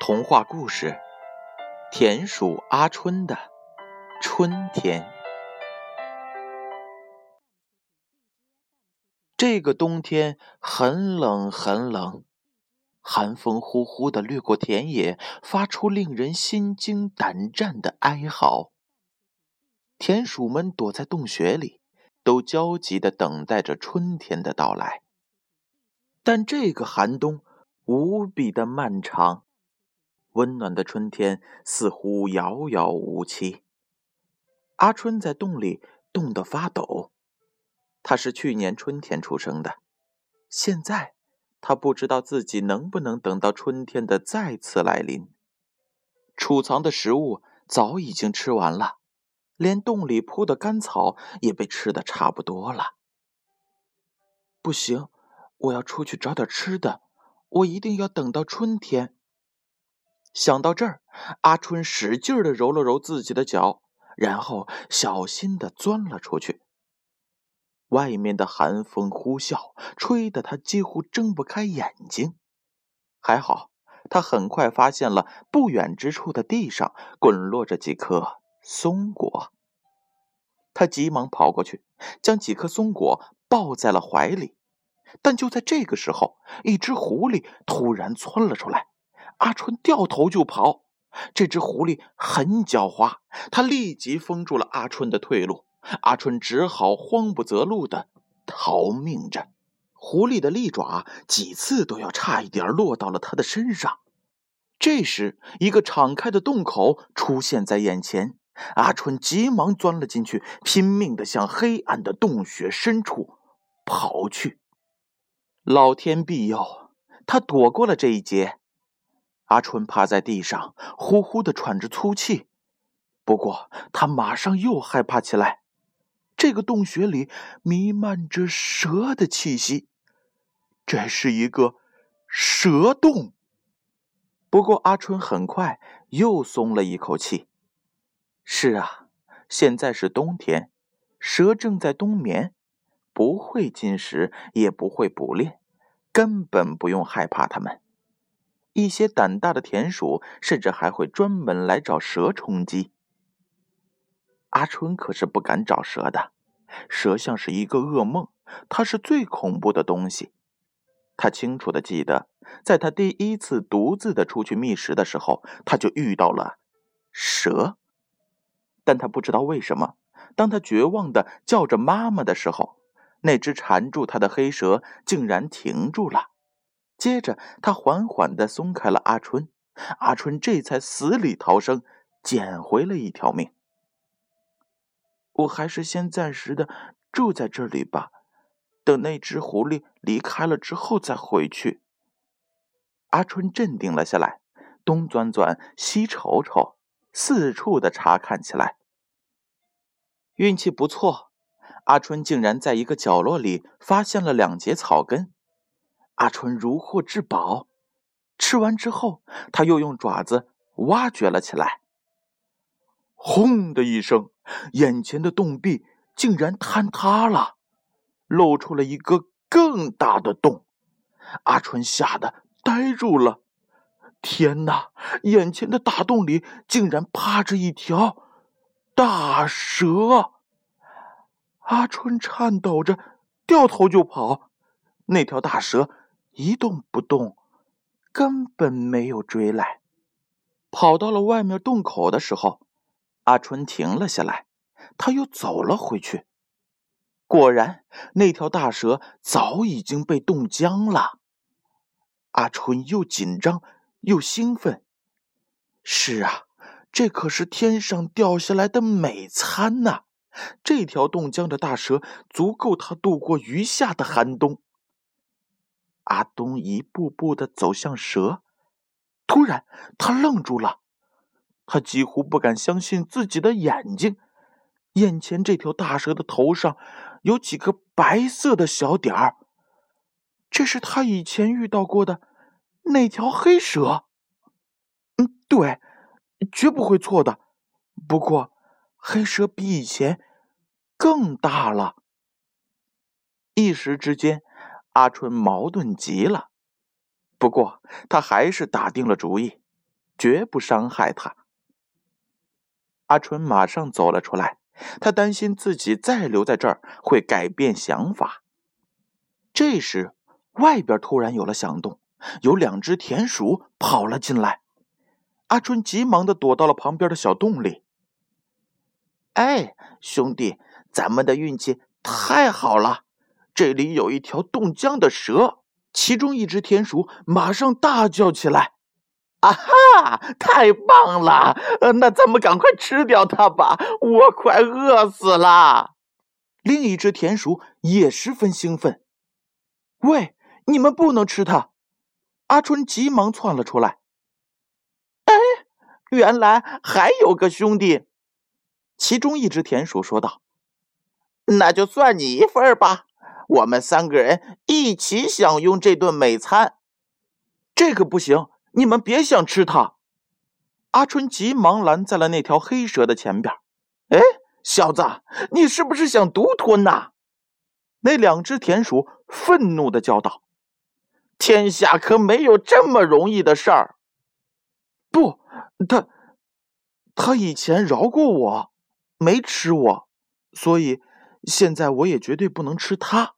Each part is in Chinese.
童话故事：田鼠阿春的春天。这个冬天很冷很冷，寒风呼呼地掠过田野，发出令人心惊胆战的哀嚎。田鼠们躲在洞穴里，都焦急地等待着春天的到来。但这个寒冬无比的漫长，温暖的春天似乎遥遥无期。阿春在洞里冻得发抖，他是去年春天出生的，现在他不知道自己能不能等到春天的再次来临。储藏的食物早已经吃完了，连洞里铺的干草也被吃得差不多了。不行，我要出去找点吃的，我一定要等到春天。想到这儿，阿春使劲地揉了揉自己的脚，然后小心地钻了出去。外面的寒风呼啸，吹得他几乎睁不开眼睛。还好，他很快发现了不远之处的地上滚落着几颗松果。他急忙跑过去，将几颗松果抱在了怀里。但就在这个时候，一只狐狸突然窜了出来。阿春掉头就跑，这只狐狸很狡猾，它立即封住了阿春的退路。阿春只好慌不择路地逃命着。狐狸的利爪几次都要差一点落到了他的身上。这时，一个敞开的洞口出现在眼前，阿春急忙钻了进去，拼命地向黑暗的洞穴深处跑去。老天庇佑，他躲过了这一劫。阿春趴在地上，呼呼地喘着粗气。不过他马上又害怕起来，这个洞穴里弥漫着蛇的气息，这是一个蛇洞。不过阿春很快又松了一口气。是啊，现在是冬天，蛇正在冬眠，不会进食，也不会捕猎，根本不用害怕它们。一些胆大的田鼠甚至还会专门来找蛇充饥。阿春可是不敢找蛇的，蛇像是一个噩梦，它是最恐怖的东西。他清楚地记得，在他第一次独自的出去觅食的时候，他就遇到了蛇。但他不知道为什么，当他绝望地叫着妈妈的时候，那只缠住他的黑蛇竟然停住了。接着他缓缓地松开了阿春，阿春这才死里逃生，捡回了一条命。我还是先暂时的住在这里吧，等那只狐狸离开了之后再回去。阿春镇定了下来，东钻钻西瞅瞅，四处的查看起来。运气不错，阿春竟然在一个角落里发现了2节草根。阿春如获至宝，吃完之后，他又用爪子挖掘了起来。轰的一声，眼前的洞壁竟然坍塌了，露出了一个更大的洞。阿春吓得呆住了。天哪，眼前的大洞里竟然趴着一条大蛇。阿春颤抖着掉头就跑，那条大蛇一动不动，根本没有追来。跑到了外面洞口的时候，阿春停了下来，他又走了回去。果然，那条大蛇早已经被冻僵了。阿春又紧张又兴奋。是啊，这可是天上掉下来的美餐呐！这条冻僵的大蛇足够他度过余下的寒冬。阿东一步步地走向蛇，突然他愣住了，他几乎不敢相信自己的眼睛。眼前这条大蛇的头上有几个白色的小点儿，这是他以前遇到过的那条黑蛇。对，绝不会错的。不过黑蛇比以前更大了。一时之间，阿春矛盾极了。不过他还是打定了主意， 绝不伤害他。阿春马上走了出来，他担心自己再留在这儿会改变想法。这时，外边突然有了响动，有2只田鼠跑了进来。阿春急忙地躲到了旁边的小洞里。哎，兄弟，咱们的运气太好了，这里有一条冻僵的蛇。其中一只田鼠马上大叫起来：啊哈，太棒了！那咱们赶快吃掉它吧，我快饿死了。另一只田鼠也十分兴奋。喂，你们不能吃它！阿春急忙窜了出来。哎，原来还有个兄弟。其中一只田鼠说道：那就算你一份吧，我们3个人一起享用这顿美餐。这个不行，你们别想吃它！阿春急忙拦在了那条黑蛇的前边。哎，小子，你是不是想独吞呐？那2只田鼠愤怒地叫道：天下可没有这么容易的事儿。不，他以前饶过我，没吃我，所以现在我也绝对不能吃它。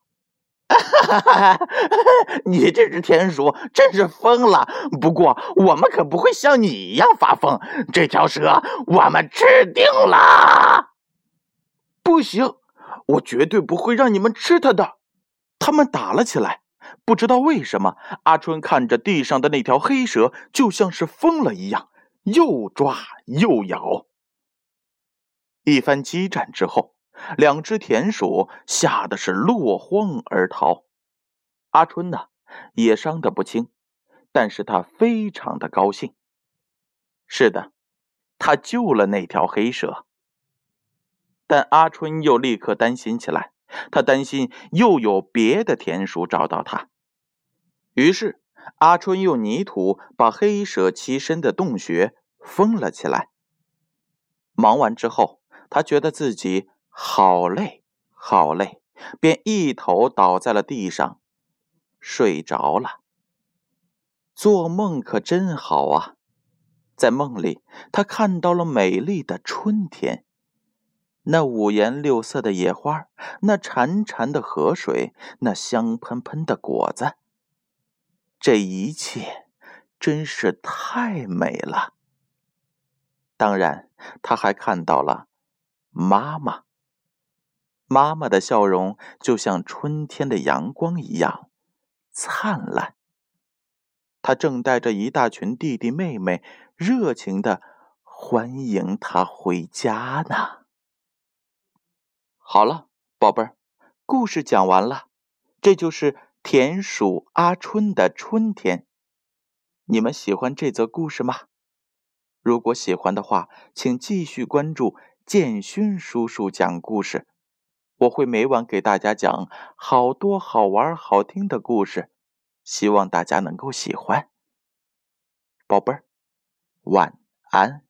你这只田鼠真是疯了，不过我们可不会像你一样发疯，这条蛇我们吃定了。不行，我绝对不会让你们吃它的。他们打了起来，不知道为什么，阿春看着地上的那条黑蛇就像是疯了一样，又抓又咬。一番激战之后，2只田鼠吓得是落荒而逃。阿春呢，也伤得不轻，但是他非常的高兴。是的，他救了那条黑蛇。但阿春又立刻担心起来，他担心又有别的田鼠找到他。于是阿春用泥土把黑蛇栖身的洞穴封了起来。忙完之后，他觉得自己好累好累，便一头倒在了地上，睡着了。做梦可真好啊！在梦里，他看到了美丽的春天，那五颜六色的野花，那潺潺的河水，那香喷喷的果子，这一切真是太美了。当然，他还看到了妈妈。妈妈的笑容就像春天的阳光一样灿烂。她正带着一大群弟弟妹妹，热情地欢迎他回家呢。好了，宝贝儿，故事讲完了。这就是田鼠阿春的春天。你们喜欢这则故事吗？如果喜欢的话，请继续关注建勋叔叔讲故事。我会每晚给大家讲好多好玩好听的故事，希望大家能够喜欢。宝贝儿，晚安。